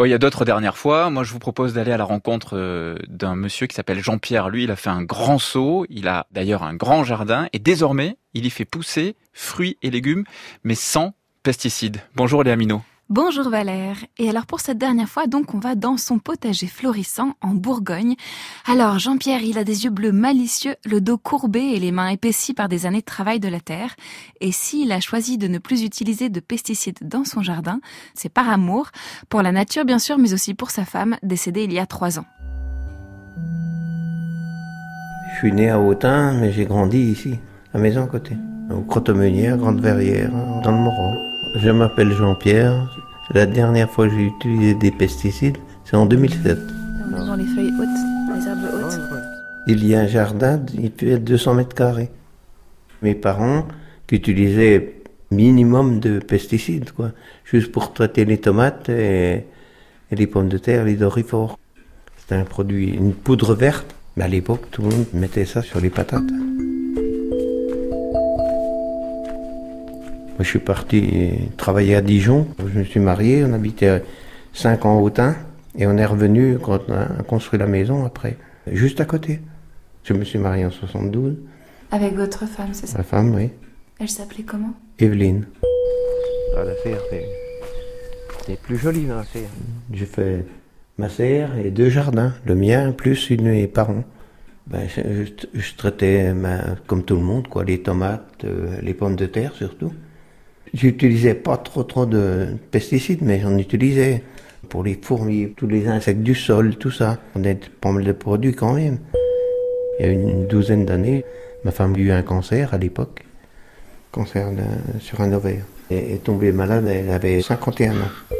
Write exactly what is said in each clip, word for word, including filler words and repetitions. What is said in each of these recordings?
Bon, il y a d'autres dernières fois. Moi, je vous propose d'aller à la rencontre euh, d'un monsieur qui s'appelle Jean-Pierre. Lui, il a fait un grand saut. Il a d'ailleurs un grand jardin. Et désormais, il y fait pousser fruits et légumes, mais sans pesticides. Bonjour Léa Minot. Bonjour Valère. Et alors pour cette dernière fois, donc on va dans son potager florissant en Bourgogne. Alors Jean-Pierre, il a des yeux bleus malicieux, le dos courbé et les mains épaissies par des années de travail de la terre. Et s'il a choisi de ne plus utiliser de pesticides dans son jardin, c'est par amour, pour la nature bien sûr, mais aussi pour sa femme, décédée il y a trois ans. Je suis né à Autun, mais j'ai grandi ici, à Maison à côté, au Crotomenière, Grande Verrière, dans le Morand. Je m'appelle Jean-Pierre. La dernière fois que j'ai utilisé des pesticides, c'est en deux mille sept. On est dans les feuilles hautes, les herbes hautes. Il y a un jardin, il fait deux cents mètres carrés. Mes parents qui utilisaient minimum de pesticides, quoi, juste pour traiter les tomates et, et les pommes de terre, les doryphores. C'était un produit, une poudre verte. Mais à l'époque, tout le monde mettait ça sur les patates. Je suis parti travailler à Dijon. Je me suis marié, on habitait cinq ans à Autun et on est revenu quand on a construit la maison après, juste à côté. Je me suis marié en soixante-douze. Avec votre femme, c'est ça? Ma femme, oui. Elle s'appelait comment? Evelyne. Ah, la serre, c'est, c'est plus joli dans la serre. J'ai fait ma serre et deux jardins, le mien plus une de mes parents. Ben, je, je, je traitais ma, comme tout le monde, quoi, les tomates, euh, les pommes de terre surtout. J'utilisais pas trop trop de pesticides, mais j'en utilisais pour les fourmis, tous les insectes du sol, tout ça. On a pas mal de produits quand même. Il y a une douzaine d'années, ma femme a eu un cancer à l'époque, cancer sur un ovaire. Elle est tombée malade, elle avait cinquante et un ans.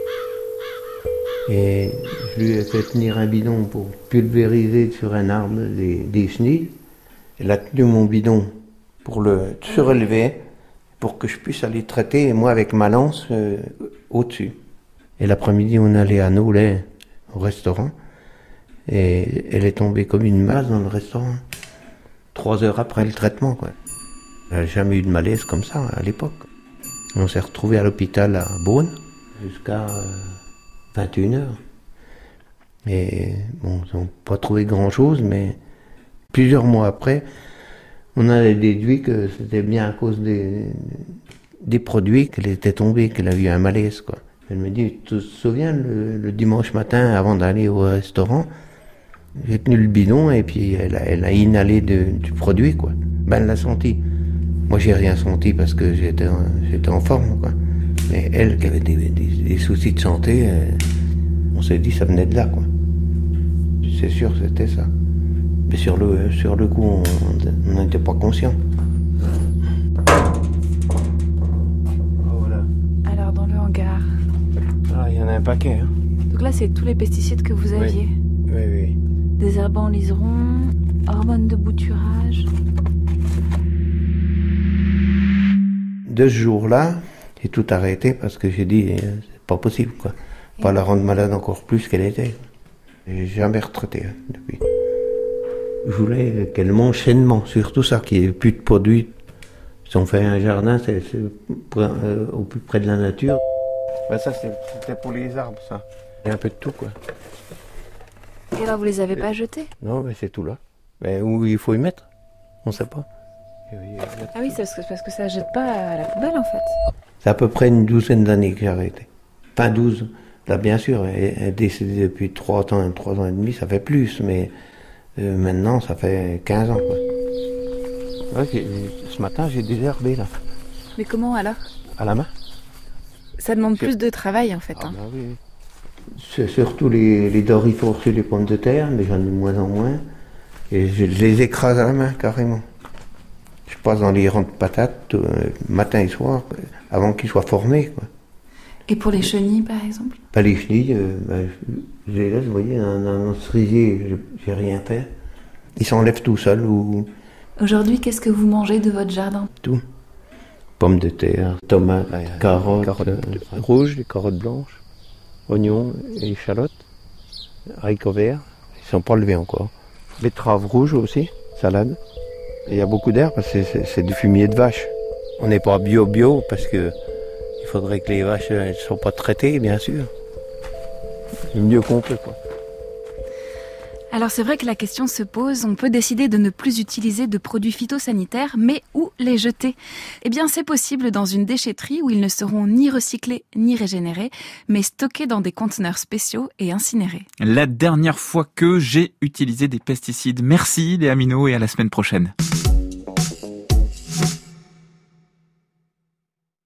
Et je lui ai fait tenir un bidon pour pulvériser sur un arbre des, des chenilles. Elle a tenu mon bidon pour le surélever, pour que je puisse aller traiter, et moi avec ma lance euh, au-dessus. Et l'après-midi, on allait à Nolay, au restaurant, et elle est tombée comme une masse dans le restaurant, trois heures après le traitement, quoi. Elle n'a jamais eu de malaise comme ça à l'époque. On s'est retrouvés à l'hôpital à Beaune, jusqu'à euh, vingt et une heures. Et bon, ils n'ont pas trouvé grand-chose, mais plusieurs mois après, on a déduit que c'était bien à cause des, des produits qu'elle était tombée, qu'elle a eu un malaise, quoi. Elle me dit, tu te souviens, le, le dimanche matin, avant d'aller au restaurant, j'ai tenu le bidon et puis elle a, elle a inhalé de, du produit, quoi. Ben, elle l'a senti. Moi, j'ai rien senti parce que j'étais, j'étais en forme, quoi. Mais elle, qui avait des, des, des soucis de santé, euh, on s'est dit, ça venait de là, quoi. C'est sûr, c'était ça. Mais sur le, sur le coup, on n'était pas conscient. Oh, voilà. Alors dans le hangar. Ah, il y en a un paquet, hein. Donc là, c'est tous les pesticides que vous aviez. Oui, oui. Désherbants liserons, hormones de bouturage. De ce jour-là, j'ai tout arrêté parce que j'ai dit, c'est pas possible, quoi. Pas la rendre malade encore plus qu'elle était. J'ai jamais retraité, hein, depuis. Je voulais qu'elle mange sainement, surtout ça, qu'il n'y ait plus de produits. Si on fait un jardin, c'est, c'est euh, au plus près de la nature. Ben ça, c'est, c'était pour les arbres, ça. Il y a un peu de tout, quoi. Et alors, vous les avez pas jetés? Non, mais c'est tout là. Mais où il faut y mettre, on ne sait pas. Ah oui, c'est parce que, parce que ça jette pas à la poubelle, en fait. C'est à peu près une douzaine d'années que j'ai arrêté. Enfin, douze. Là, bien sûr, elle est décédée depuis trois ans, trois ans et demi, ça fait plus, mais euh, maintenant, ça fait quinze ans, quoi. Ouais, j'ai, ce matin, j'ai désherbé, là. Mais comment, alors? À la main. Ça demande C'est... plus de travail, en fait. Ah, hein. ben oui. C'est surtout les, les doryphores sur les pommes de terre, mais j'en ai de moins en moins. Et je les écrase à la main, carrément. Je passe dans les rangs de patates, euh, matin et soir, avant qu'ils soient formés, quoi. Et pour les chenilles, par exemple? Pas les chenilles, euh, ben, je, je les laisse, vous voyez, dans, dans un cerisier, je, j'ai rien fait. Ils s'enlèvent tout seuls ou... Aujourd'hui, qu'est-ce que vous mangez de votre jardin? Tout. Pommes de terre, tomates, Ouais, carottes. carottes euh, rouges, les carottes blanches, oignons et échalotes, haricots verts, ils sont pas levés encore. Betteraves rouges aussi, salade. Et il y a beaucoup d'herbes parce que c'est, c'est du fumier de vache. On n'est pas bio-bio parce que il faudrait que les vaches ne soient pas traitées, bien sûr. le mieux qu'on peut, quoi. Alors c'est vrai que la question se pose, on peut décider de ne plus utiliser de produits phytosanitaires, mais où les jeter ? Eh bien c'est possible dans une déchetterie où ils ne seront ni recyclés ni régénérés, mais stockés dans des conteneurs spéciaux et incinérés. La dernière fois que j'ai utilisé des pesticides. Merci Léa Minot et à la semaine prochaine.